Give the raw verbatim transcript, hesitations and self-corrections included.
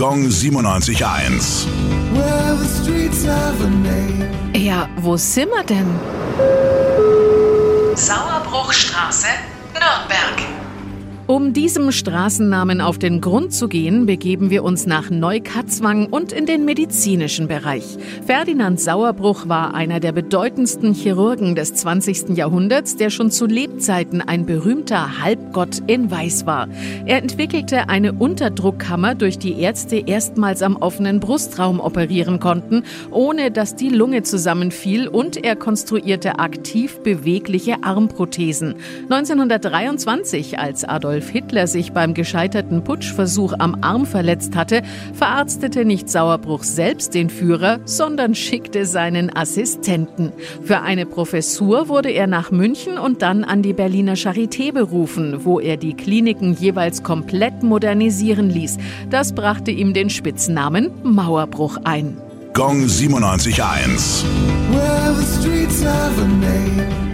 Gong siebenundneunzig Komma eins. Ja, wo sind wir denn? Sauerbruchstraße, Nürnberg. Um diesem Straßennamen auf den Grund zu gehen, begeben wir uns nach Neukatzwang und in den medizinischen Bereich. Ferdinand Sauerbruch war einer der bedeutendsten Chirurgen des zwanzigsten Jahrhunderts, der schon zu Lebzeiten ein berühmter Halbgott in Weiß war. Er entwickelte eine Unterdruckkammer, durch die Ärzte erstmals am offenen Brustraum operieren konnten, ohne dass die Lunge zusammenfiel, und er konstruierte aktiv bewegliche Armprothesen. neunzehnhundertdreiundzwanzig, als Adolf Hitler sich beim gescheiterten Putschversuch am Arm verletzt hatte, verarztete nicht Sauerbruch selbst den Führer, sondern schickte seinen Assistenten. Für eine Professur wurde er nach München und dann an die Berliner Charité berufen, wo er die Kliniken jeweils komplett modernisieren ließ. Das brachte ihm den Spitznamen Mauerbruch ein. Gong siebenundneunzig Komma eins.